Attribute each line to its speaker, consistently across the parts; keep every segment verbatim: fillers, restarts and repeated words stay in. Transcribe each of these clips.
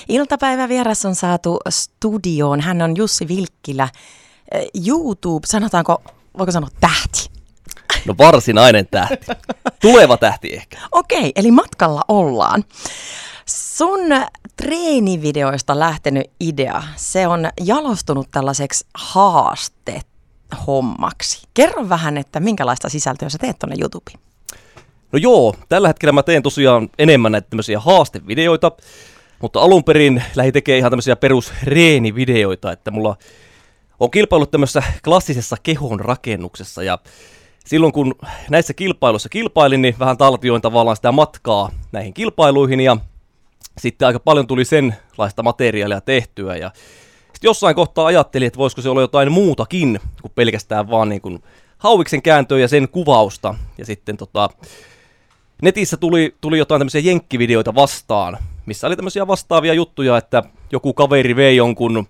Speaker 1: Iltapäivävieras on saatu studioon. Hän on Jussi Vilkkilä. YouTube, sanotaanko, voiko sanoa tähti?
Speaker 2: No varsinainen tähti. Tuleva tähti ehkä.
Speaker 1: Okei, eli matkalla ollaan. Sun treenivideoista lähtenyt idea, se on jalostunut tällaiseksi haastehommaksi. Kerro vähän, että minkälaista sisältöä sä teet tuonne YouTubeen.
Speaker 2: No joo, tällä hetkellä mä teen tosiaan enemmän näitä tämmöisiä haastevideoita, mutta alun perin lähdin tekemään ihan tämmöisiä perusreenivideoita, että mulla on kilpailut tämmöisessä klassisessa kehon rakennuksessa ja silloin kun näissä kilpailuissa kilpailin, niin vähän taltioin tavallaan sitä matkaa näihin kilpailuihin ja sitten aika paljon tuli senlaista materiaalia tehtyä ja sitten jossain kohtaa ajattelin, että voisiko se olla jotain muutakin kuin pelkästään vaan niin kuin hauiksen kääntöä ja sen kuvausta ja sitten tota, netissä tuli, tuli jotain tämmöisiä jenkkivideoita vastaan, missä oli tämmöisiä vastaavia juttuja, että joku kaveri vei jonkun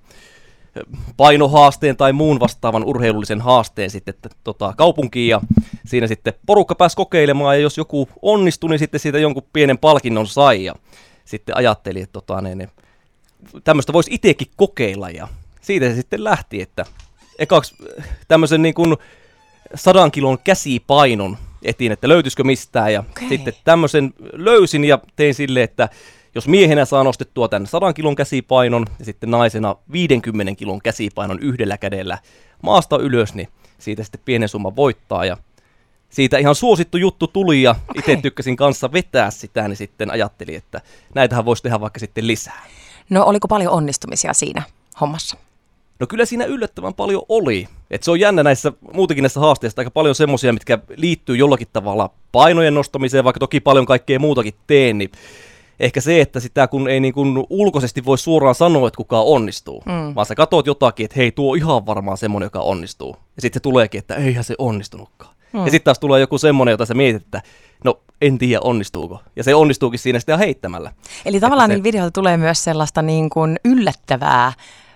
Speaker 2: painohaasteen tai muun vastaavan urheilullisen haasteen sitten tota, kaupunkiin ja siinä sitten porukka pääsi kokeilemaan ja jos joku onnistui, niin sitten siitä jonkun pienen palkinnon sai ja sitten ajattelin, että tota, ne, ne, tämmöistä voisi itsekin kokeilla ja siitä se sitten lähti, että ekaksi tämmöisen niin kuin sadan kilon käsipainon etin, että löytyisikö mistään ja okay. Sitten tämmöisen löysin ja tein silleen, että jos miehenä saa nostettua tämän sadan kilon käsipainon ja sitten naisena viidenkymmenen kilon käsipainon yhdellä kädellä maasta ylös, niin siitä sitten pienen summan voittaa. Ja siitä ihan suosittu juttu tuli ja okay. Itse tykkäsin kanssa vetää sitä, niin sitten ajattelin, että näitähän voisi tehdä vaikka sitten lisää.
Speaker 1: No oliko paljon onnistumisia siinä hommassa?
Speaker 2: No kyllä siinä yllättävän paljon oli. Et se on jännä näissä, muutenkin näissä haasteissa aika paljon semmoisia, mitkä liittyy jollakin tavalla painojen nostamiseen, vaikka toki paljon kaikkea muutakin teen, niin ehkä se, että sitä kun ei niin kuin ulkoisesti voi suoraan sanoa, että kuka onnistuu, mm. vaan sä katot jotakin, että hei, tuo on ihan varmaan semmoinen, joka onnistuu. Ja sitten se tuleekin, että eihän se onnistunutkaan. Mm. Ja sitten taas tulee joku semmoinen, jota sä mietit, että no en tiedä onnistuuko. Ja se onnistuukin siinä sitten heittämällä.
Speaker 1: Eli tavallaan
Speaker 2: se
Speaker 1: niillä videoilla tulee myös sellaista niin kuin yllättävää,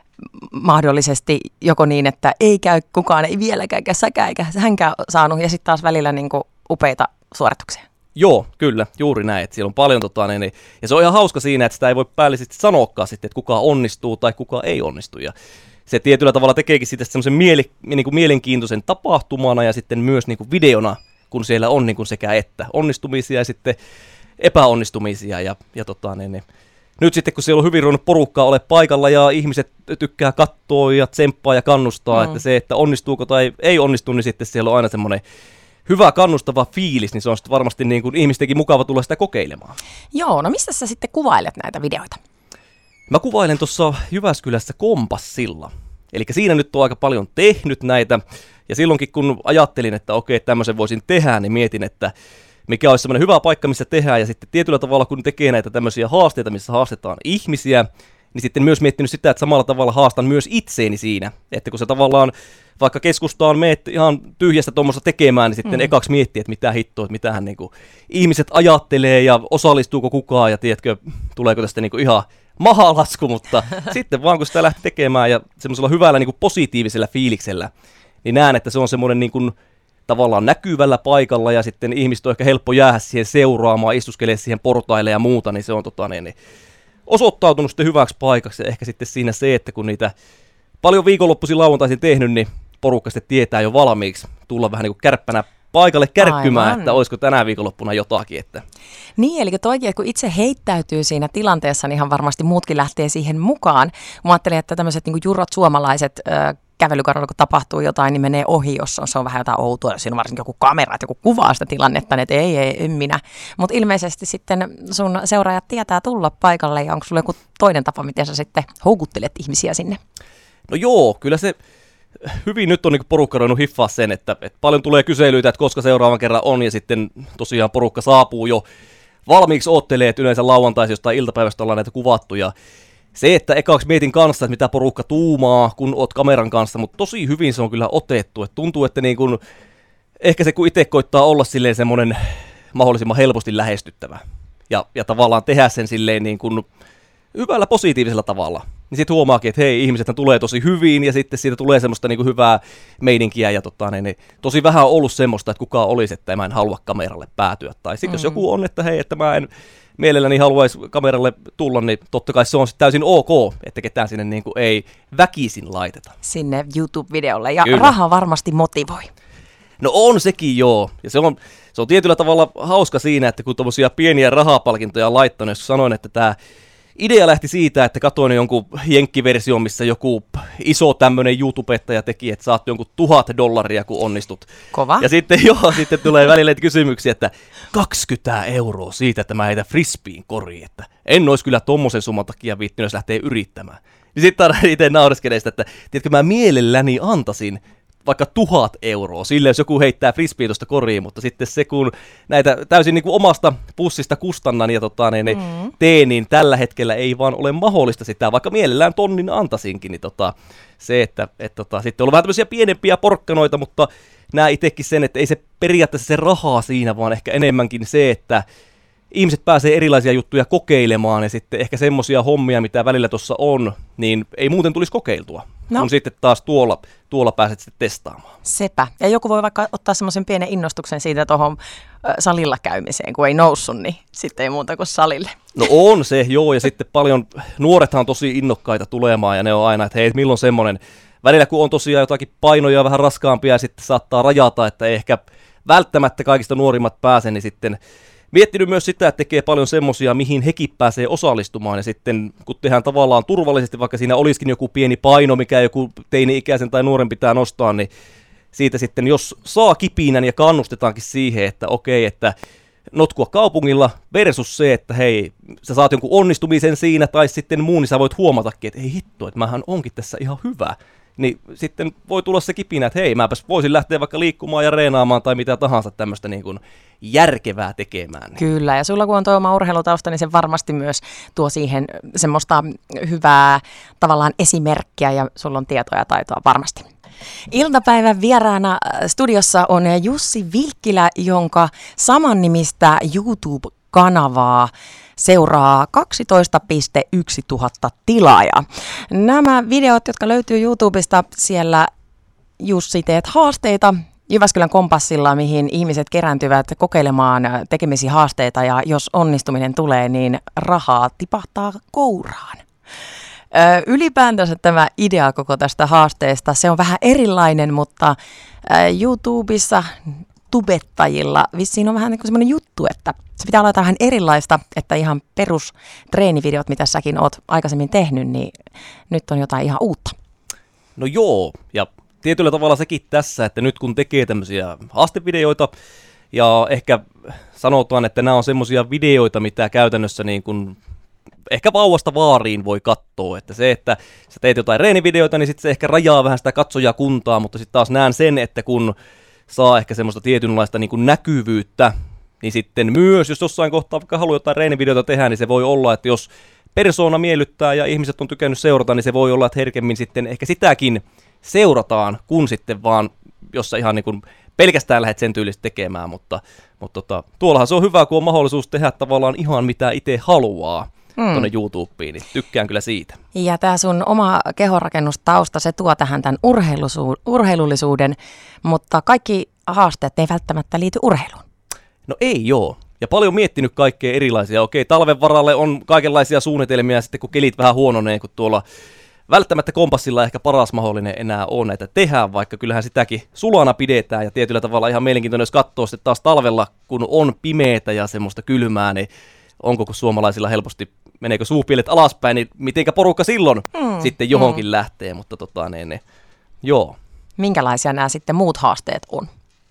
Speaker 1: mahdollisesti joko niin, että ei käy kukaan, ei vieläkään, eikä säkään, eikä hänkään saanut, ja sitten taas välillä niin kuin upeita suorituksia.
Speaker 2: Joo, kyllä, juuri näin, että siellä on paljon tota, niin, ja se on ihan hauska siinä, että sitä ei voi päällisesti sanoakaan sitten, että kuka onnistuu tai kuka ei onnistu, ja se tietyllä tavalla tekeekin siitä semmoisen mieli, niin kuin mielenkiintoisen tapahtumana ja sitten myös niin kuin videona, kun siellä on niin kuin sekä että onnistumisia ja sitten epäonnistumisia, ja, ja tota, niin, niin, nyt sitten kun siellä on hyvin ruvennut porukkaa ole paikalla ja ihmiset tykkää katsoa ja tsemppaa ja kannustaa, mm. että se, että onnistuuko tai ei onnistu, niin sitten siellä on aina semmoinen hyvä kannustava fiilis, niin se on sitten varmasti niin kuin ihmistenkin mukava tulla sitä kokeilemaan.
Speaker 1: Joo, no mistä sä sitten kuvailet näitä videoita?
Speaker 2: Mä kuvailen tuossa Jyväskylässä Kompassilla. Eli siinä nyt on aika paljon tehnyt näitä, ja silloinkin kun ajattelin, että okei, tämmöisen voisin tehdä, niin mietin, että mikä olisi semmoinen hyvä paikka, missä tehdään, ja sitten tietyllä tavalla, kun tekee näitä tämmöisiä haasteita, missä haastetaan ihmisiä, niin sitten myös miettinyt sitä, että samalla tavalla haastan myös itseeni siinä, että kun se tavallaan vaikka keskustaan meet ihan tyhjästä tuommoista tekemään, niin sitten mm. ekaksi miettii, että mitä hittoa, että mitähän niin kuin ihmiset ajattelee ja osallistuuko kukaan ja tiedätkö, tuleeko tästä niin kuin ihan mahalasku, mutta sitten vaan kun sitä lähti tekemään ja semmoisella hyvällä niin kuin positiivisella fiiliksellä, niin näen, että se on semmoinen niin kuin tavallaan näkyvällä paikalla ja sitten ihmiset on ehkä helppo jäädä siihen seuraamaan, istuskelemaan siihen portaille ja muuta, niin se on tota niin, niin osoittautunut sitten hyväksi paikaksi ja ehkä sitten siinä se, että kun niitä paljon viikonloppuisin lauantaisin tehnyt, niin porukka sitten tietää jo valmiiksi tulla vähän niin kuin kärppänä paikalle kärkkymään, aivan, että olisiko tänä viikonloppuna jotakin. Että
Speaker 1: niin, eli toikin, että kun itse heittäytyy siinä tilanteessa, niin ihan varmasti muutkin lähtee siihen mukaan. Mä ajattelin, että tämmöiset niin kuin jurot suomalaiset äh, kävelykadulla, kun tapahtuu jotain, niin menee ohi, jos on, se on vähän jotain outoa, jos siinä on varsinkin joku kamera, että joku kuvaa sitä tilannetta, niin että ei, ei, en minä. Mutta ilmeisesti sitten sun seuraajat tietää tulla paikalle, ja onko sulla joku toinen tapa, miten sä sitten houkuttelet ihmisiä sinne?
Speaker 2: No joo, kyllä se hyvin nyt on niin porukka ruvennut hiffaa sen, että, että paljon tulee kyselyitä, että koska seuraavan kerran on, ja sitten tosiaan porukka saapuu jo valmiiksi oottelee, että yleensä lauantaisin jostain iltapäivästä ollaan näitä kuvattu, ja se, että ekaksi mietin kanssa, että mitä porukka tuumaa, kun oot kameran kanssa, mutta tosi hyvin se on kyllä otettu, että tuntuu, että niin kun, ehkä se kun itse koittaa olla silleen semmoinen mahdollisimman helposti lähestyttävä, ja, ja tavallaan tehdä sen silleen niin kuin hyvällä positiivisella tavalla. niin sitten huomaakin, että hei, ihmiset tulee tosi hyvin ja sitten siitä tulee semmoista niinku hyvää meininkiä ja tota, niin, niin, tosi vähän on ollut semmoista, että kukaan olisi, että mä en halua kameralle päätyä. Tai sitten mm. jos joku on, että hei, että mä en mielelläni haluaisi kameralle tulla, niin totta kai se on sitten täysin ok, että ketään sinne niinku ei väkisin laiteta.
Speaker 1: Sinne YouTube-videolle ja
Speaker 2: Kyllä.
Speaker 1: raha varmasti motivoi.
Speaker 2: No on sekin joo, ja se on, se on tietyllä tavalla hauska siinä, että kun tommosia pieniä rahapalkintoja on laittanut, jos sanoin, että tämä idea lähti siitä, että katsoin jonkun jenkkiversion, missä joku iso tämmöinen YouTubettaja teki, että saat jonkun tuhat dollaria, kun onnistut.
Speaker 1: Kova.
Speaker 2: Ja sitten joo, sitten tulee välillä kysymyksiä, että kaksikymmentä euroa siitä, että mä heitän frisbeen koriin, että en olisi kyllä tommosen summan takia viittynyt, jos lähtee yrittämään. Niin sitten itse nauraskelee sitä, että tiedätkö, mä mielelläni antaisin vaikka tuhat euroa sille, jos joku heittää frisbee tuosta koriin, mutta sitten se, kun näitä täysin niin kuin omasta pussista kustannan ja tota, niin, mm. teen, niin tällä hetkellä ei vaan ole mahdollista sitä, vaikka mielellään tonnin antaisinkin, niin tota, se, että et, tota, sitten on vähän tämmöisiä pienempiä porkkanoita, mutta näen itsekin sen, että ei se periaatteessa se rahaa siinä, vaan ehkä enemmänkin se, että ihmiset pääsee erilaisia juttuja kokeilemaan ja sitten ehkä semmoisia hommia, mitä välillä tuossa on, niin ei muuten tulisi kokeiltua, no. kun sitten taas tuolla, tuolla pääset sitten testaamaan.
Speaker 1: Sepä. Ja joku voi vaikka ottaa semmoisen pienen innostuksen siitä tuohon salilla käymiseen, kun ei noussut, niin sitten ei muuta kuin salille.
Speaker 2: No on se, joo, ja sitten paljon, nuorethan on tosi innokkaita tulemaan ja ne on aina, että hei, milloin semmoinen, välillä kun on tosiaan jotakin painoja vähän raskaampia ja sitten saattaa rajata, että ei ehkä välttämättä kaikista nuorimmat pääse, niin sitten miettinyt myös sitä, että tekee paljon semmosia, mihin hekin pääsee osallistumaan, ja sitten kun tehdään tavallaan turvallisesti, vaikka siinä olisikin joku pieni paino, mikä joku teini-ikäisen tai nuoren pitää nostaa, niin siitä sitten, jos saa kipinän ja kannustetaankin siihen, että okei, että notkua kaupungilla versus se, että hei, sä saat jonkun onnistumisen siinä, tai sitten muun, niin sä voit huomatakin, että ei hitto, että mähän onkin tässä ihan hyvä. Niin sitten voi tulla se kipinä, että hei, mäpäs voisin lähteä vaikka liikkumaan ja reenaamaan tai mitä tahansa tämmöistä niin kuin järkevää tekemään.
Speaker 1: Kyllä, ja sulla kun on tuo oma urheilutausta, niin se varmasti myös tuo siihen semmoista hyvää tavallaan esimerkkiä ja sulla on tietoa ja taitoa varmasti. Iltapäivän vieraana studiossa on Jussi Vilkkilä, jonka samannimistä YouTube-kanavaa seuraa kaksitoista pilkku yksi tuhatta tilaajaa. Nämä videot, jotka löytyy YouTubesta, siellä Jussi teet haasteita Jyväskylän Kompassilla, mihin ihmiset kerääntyvät kokeilemaan tekemisiä haasteita, ja jos onnistuminen tulee, niin rahaa tipahtaa kouraan. Ö, ylipäätänsä tämä idea koko tästä haasteesta, se on vähän erilainen, mutta ö, YouTubessa tubettajilla vissiin on vähän niin kuin semmoinen juttu, että se pitää olla vähän erilaista, että ihan perus treenivideot, mitä säkin oot aikaisemmin tehnyt, niin nyt on jotain ihan uutta.
Speaker 2: No joo, ja tietyllä tavalla sekin tässä, että nyt kun tekee tämmöisiä haastevideoita, ja ehkä sanotaan, että nämä on semmoisia videoita, mitä käytännössä niin kuin ehkä vauvasta vaariin voi katsoa, että se, että sä teet jotain reenivideoita, niin sitten se ehkä rajaa vähän sitä katsojakuntaa, mutta sitten taas näen sen, että kun saa ehkä semmoista tietynlaista niin kuin näkyvyyttä, niin sitten myös, jos jossain kohtaa vaikka haluaa jotain reenivideota tehdä, niin se voi olla, että jos persoona miellyttää ja ihmiset on tykännyt seurata, niin se voi olla, että herkemmin sitten ehkä sitäkin seurataan, kun sitten vaan, jos sä ihan niin kuin pelkästään lähdet sen tyylistä tekemään, mutta, mutta tota, tuollahan se on hyvä, kun on mahdollisuus tehdä tavallaan ihan mitä itse haluaa mm. tuonne YouTubeen, niin tykkään kyllä siitä.
Speaker 1: Ja tämä sun oma kehonrakennustausta, se tuo tähän tämän urheilusu- urheilullisuuden, mutta kaikki haasteet ei välttämättä liity urheiluun.
Speaker 2: No ei joo. Ja paljon miettinyt kaikkea erilaisia. Okei, talven varalle on kaikenlaisia suunnitelmia, sitten kun kelit vähän huononee, kun tuolla välttämättä Kompassilla ehkä paras mahdollinen enää on näitä tehdä, vaikka kyllähän sitäkin sulana pidetään, ja tietyllä tavalla ihan mielenkiintoinen, jos katsoo sitten taas talvella, kun on pimeätä ja semmoista kylmää, niin onko kun suomalaisilla helposti, meneekö suupielet alaspäin, niin mitenkä porukka silloin mm, sitten johonkin mm. lähtee, mutta tota niin, niin, joo.
Speaker 1: Minkälaisia nämä sitten muut haasteet on?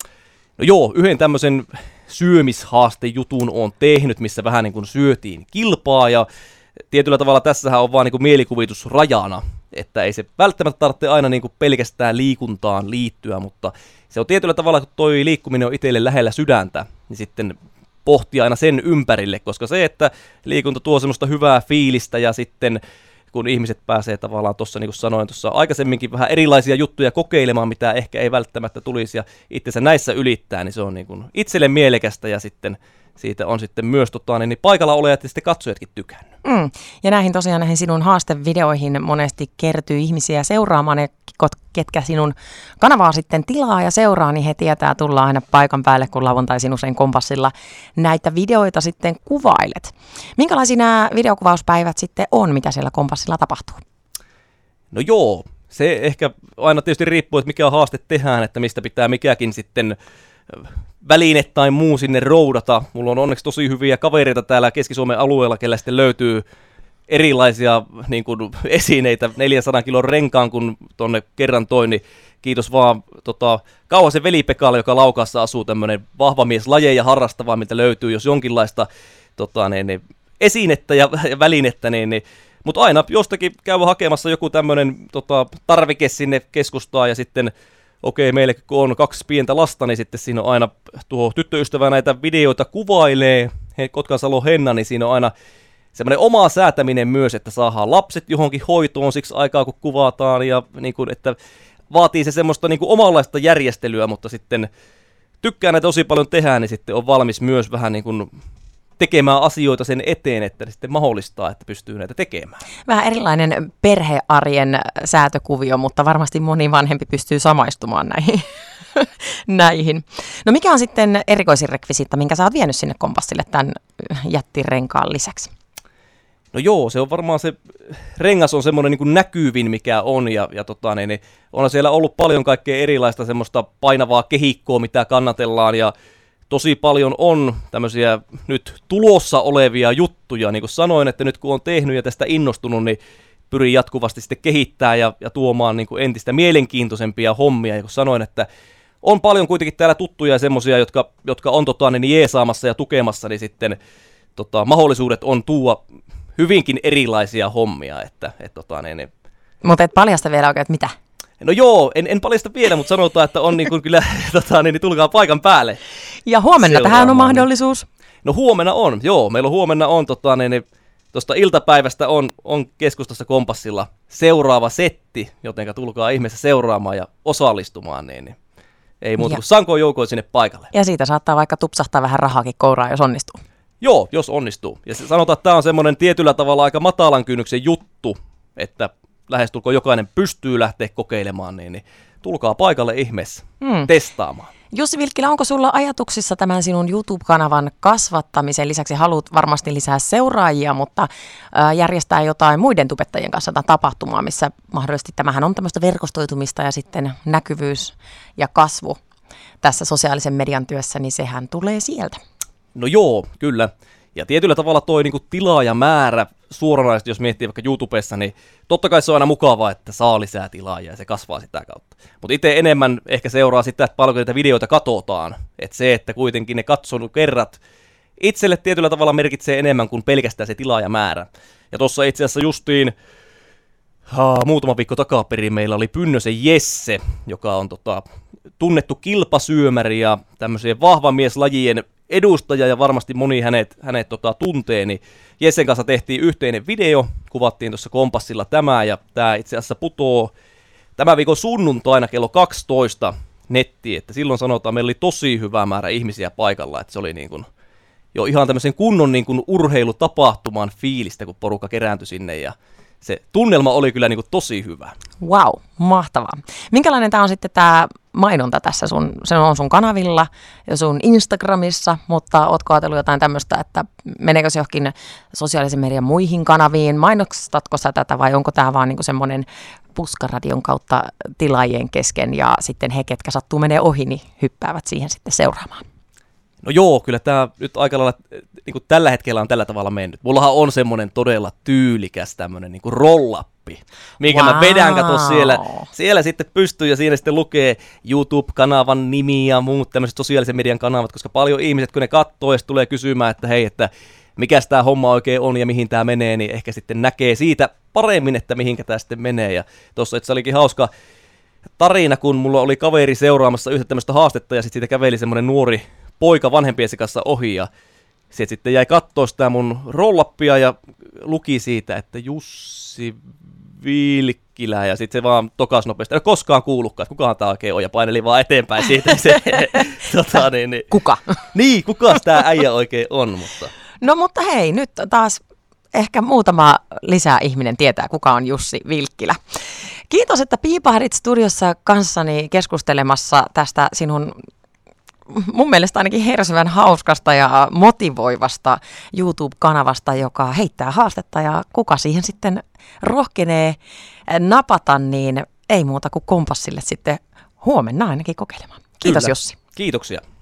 Speaker 2: No joo, yhden tämmöisen syömishaastejutun on tehnyt, missä vähän niin kuin syötiin kilpaa, ja tietyllä tavalla tässähän on vaan niin kuin mielikuvitus rajana, että ei se välttämättä tarvitse aina niin kuin pelkästään liikuntaan liittyä, mutta se on tietyllä tavalla, kun toi liikkuminen on itselle lähellä sydäntä, niin sitten pohtia aina sen ympärille, koska se, että liikunta tuo semmoista hyvää fiilistä ja sitten kun ihmiset pääsee tavallaan tuossa, niin kuin sanoin tuossa aikaisemminkin, vähän erilaisia juttuja kokeilemaan, mitä ehkä ei välttämättä tulisi ja itsensä näissä ylittää, niin se on niin kuin itselle mielekästä ja sitten siitä on sitten myös tota, niin, niin paikalla olejat ja sitten katsojatkin tykännyt.
Speaker 1: Mm. Ja näihin tosiaan näihin sinun haastevideoihin monesti kertyy ihmisiä seuraamaan, ja ketkä sinun kanavaa sitten tilaa ja seuraa, niin he tietää tulla aina paikan päälle, kun lauantaisin usein Kompassilla näitä videoita sitten kuvailet. Minkälaisia nämä videokuvauspäivät sitten on, mitä siellä Kompassilla tapahtuu?
Speaker 2: No joo, se ehkä aina tietysti riippuu, että mikä haaste tehdään, että mistä pitää mikäkin sitten väline tai muu sinne roudata. Mulla on onneksi tosi hyviä kavereita täällä Keski-Suomen alueella, kellä sitten löytyy erilaisia niin kuin, esineitä neljänsadan kilon renkaan, kun tonne kerran toin, niin kiitos vaan tota, Kauhasen veli-Pekalle, joka Laukaassa asuu, tämmöinen vahva mies, lajeja harrastava, miltä löytyy, jos jonkinlaista tota, niin, niin, esinettä ja, ja välinettä, niin, niin, mutta aina jostakin käy hakemassa joku tämmöinen tota, tarvike sinne keskustaan, ja sitten okei, meille kun on kaksi pientä lasta, niin sitten siinä on aina tuo tyttöystävä näitä videoita kuvailee, Kotkansalo Henna, niin siinä on aina semmoinen oma säätäminen myös, että saadaan lapset johonkin hoitoon siksi aikaa, kun kuvataan, ja niin kuin, että vaatii se semmoista niin kuin omanlaista järjestelyä, mutta sitten tykkää näitä tosi paljon tehdä, niin sitten on valmis myös vähän niin kuin tekemään asioita sen eteen, että sitten mahdollistaa, että pystyy näitä tekemään. Vähän
Speaker 1: erilainen perhearjen säätökuvio, mutta varmasti moni vanhempi pystyy samaistumaan näihin. näihin. No mikä on sitten erikoisin rekvisiitta, minkä sä oot vienyt sinne Kompassille tämän jättirenkaan lisäksi?
Speaker 2: No joo, se on varmaan se, rengas on semmoinen niin kuin näkyvin mikä on, ja, ja tota, niin, niin, on siellä ollut paljon kaikkea erilaista semmoista painavaa kehikkoa, mitä kannatellaan, ja tosi paljon on tämmöisiä nyt tulossa olevia juttuja, niin kuin sanoin, että nyt kun on tehnyt ja tästä innostunut, niin pyrin jatkuvasti sitten kehittämään ja, ja tuomaan niin kuin entistä mielenkiintoisempia hommia, ja kun sanoin, että on paljon kuitenkin täällä tuttuja ja semmoisia, jotka, jotka on tota, niin jeesaamassa ja tukemassa, niin sitten tota, mahdollisuudet on tuua hyvinkin erilaisia hommia. Että, et, tota, niin, niin.
Speaker 1: Mutta et paljasta vielä oikein, että mitä?
Speaker 2: No joo, en, en paljasta vielä, mutta sanotaan, että on niin kuin kyllä, tota, niin, niin tulkaa paikan päälle.
Speaker 1: Ja huomenna tähän on mahdollisuus?
Speaker 2: No huomenna on, joo. Meillä on huomenna on, tota, niin, niin, tuosta iltapäivästä on, on keskustassa Kompassilla seuraava setti, jotenka tulkaa ihmeessä seuraamaan ja osallistumaan, niin, niin ei muuta kuin sankoon joukoin sinne paikalle.
Speaker 1: Ja siitä saattaa vaikka tupsahtaa vähän rahaakin kouraan, jos onnistuu.
Speaker 2: Joo, jos onnistuu. Ja sanotaan, että tämä on semmoinen tietyllä tavalla aika matalan kynnyksen juttu, että lähestulkoon jokainen pystyy lähteä kokeilemaan, niin, niin tulkaa paikalle ihmeessä hmm. testaamaan.
Speaker 1: Jussi Vilkkilä, onko sulla ajatuksissa tämän sinun YouTube-kanavan kasvattamisen lisäksi? Haluat varmasti lisää seuraajia, mutta ää, järjestää jotain muiden tubettajien kanssa jotain tapahtumaa, missä mahdollisesti tämähän on tämmöistä verkostoitumista ja sitten näkyvyys ja kasvu tässä sosiaalisen median työssä, niin sehän tulee sieltä.
Speaker 2: No joo, kyllä. Ja tietyllä tavalla toi niin kuin tilaajamäärä suoranaisesti, jos miettii vaikka YouTubessa, niin totta kai se on aina mukavaa, että saa lisää tilaajia ja se kasvaa sitä kautta. Mutta itse enemmän ehkä seuraa sitä, että paljonko niitä videoita katsotaan. Että se, että kuitenkin ne katsonut kerrat itselle tietyllä tavalla merkitsee enemmän kuin pelkästään se tilaajamäärä. Ja tuossa itse asiassa justiin ha, muutama viikko takaperin meillä oli Pynnösen Jesse, joka on tota, tunnettu kilpasyömäri ja tämmöisien vahvamieslajien edustaja, ja varmasti moni hänet, hänet tota, tuntee, niin Jessen kanssa tehtiin yhteinen video, kuvattiin tuossa Kompassilla tämä, ja tämä itse asiassa putoo tämän viikon sunnuntaina kello kaksitoista nettiin, että silloin sanotaan, meillä oli tosi hyvä määrä ihmisiä paikalla, että se oli niin kuin jo ihan tämmöisen kunnon niin kuin urheilutapahtuman fiilistä, kun porukka kerääntyi sinne, ja se tunnelma oli kyllä niin kuin tosi hyvä.
Speaker 1: Wow, mahtavaa. Minkälainen tämä on sitten tämä mainonta tässä? Sun, se on sun kanavilla ja sun Instagramissa, mutta ootko ajatellut jotain tämmöistä, että meneekö se johonkin sosiaalisen median muihin kanaviin? Mainostatko sä tätä vai onko tämä vaan niinku semmoinen puskaradion kautta tilaajien kesken ja sitten he, ketkä sattuu menee ohi, niin hyppäävät siihen sitten seuraamaan?
Speaker 2: No joo, kyllä tämä nyt aika lailla niin kuin tällä hetkellä on tällä tavalla mennyt. Mullahan on semmoinen todella tyylikäs tämmöinen niin kuin roll-appi, minkä wow. mä vedän, kato siellä, siellä sitten pystyy ja siinä sitten lukee YouTube-kanavan nimi ja muut tämmöiset sosiaalisen median kanavat, koska paljon ihmiset, kun ne katsoo ja tulee kysymään, että hei, että mikäs tämä homma oikein on ja mihin tämä menee, niin ehkä sitten näkee siitä paremmin, että mihinkä tämä sitten menee. Ja tuossa itse olikin hauska tarina, kun mulla oli kaveri seuraamassa yhtä tämmöistä haastetta ja sitten siitä käveli semmoinen nuori poika vanhempiensa kanssa ohi ja se sitten jäi kattoo sitä mun rollappia ja luki siitä, että Jussi Vilkkilä, ja sitten se vaan tokas nopeasti. En ole koskaan kuullutkaan, että kukahan tämä oikein on, ja paineli vaan eteenpäin siitä. Se, tota, niin, niin.
Speaker 1: Kuka?
Speaker 2: Niin, kuka tämä äijä oikein on, mutta...
Speaker 1: No mutta hei, nyt taas ehkä muutama lisää ihminen tietää, kuka on Jussi Vilkkilä. Kiitos, että piipahdit studiossa kanssani keskustelemassa tästä sinun, mun mielestä ainakin hersyvän hauskasta ja motivoivasta YouTube-kanavasta, joka heittää haastetta, ja kuka siihen sitten rohkenee napata, niin ei muuta kuin kompassille sitten huomenna ainakin kokeilemaan. Kiitos,
Speaker 2: Kyllä.
Speaker 1: Jussi.
Speaker 2: Kiitoksia.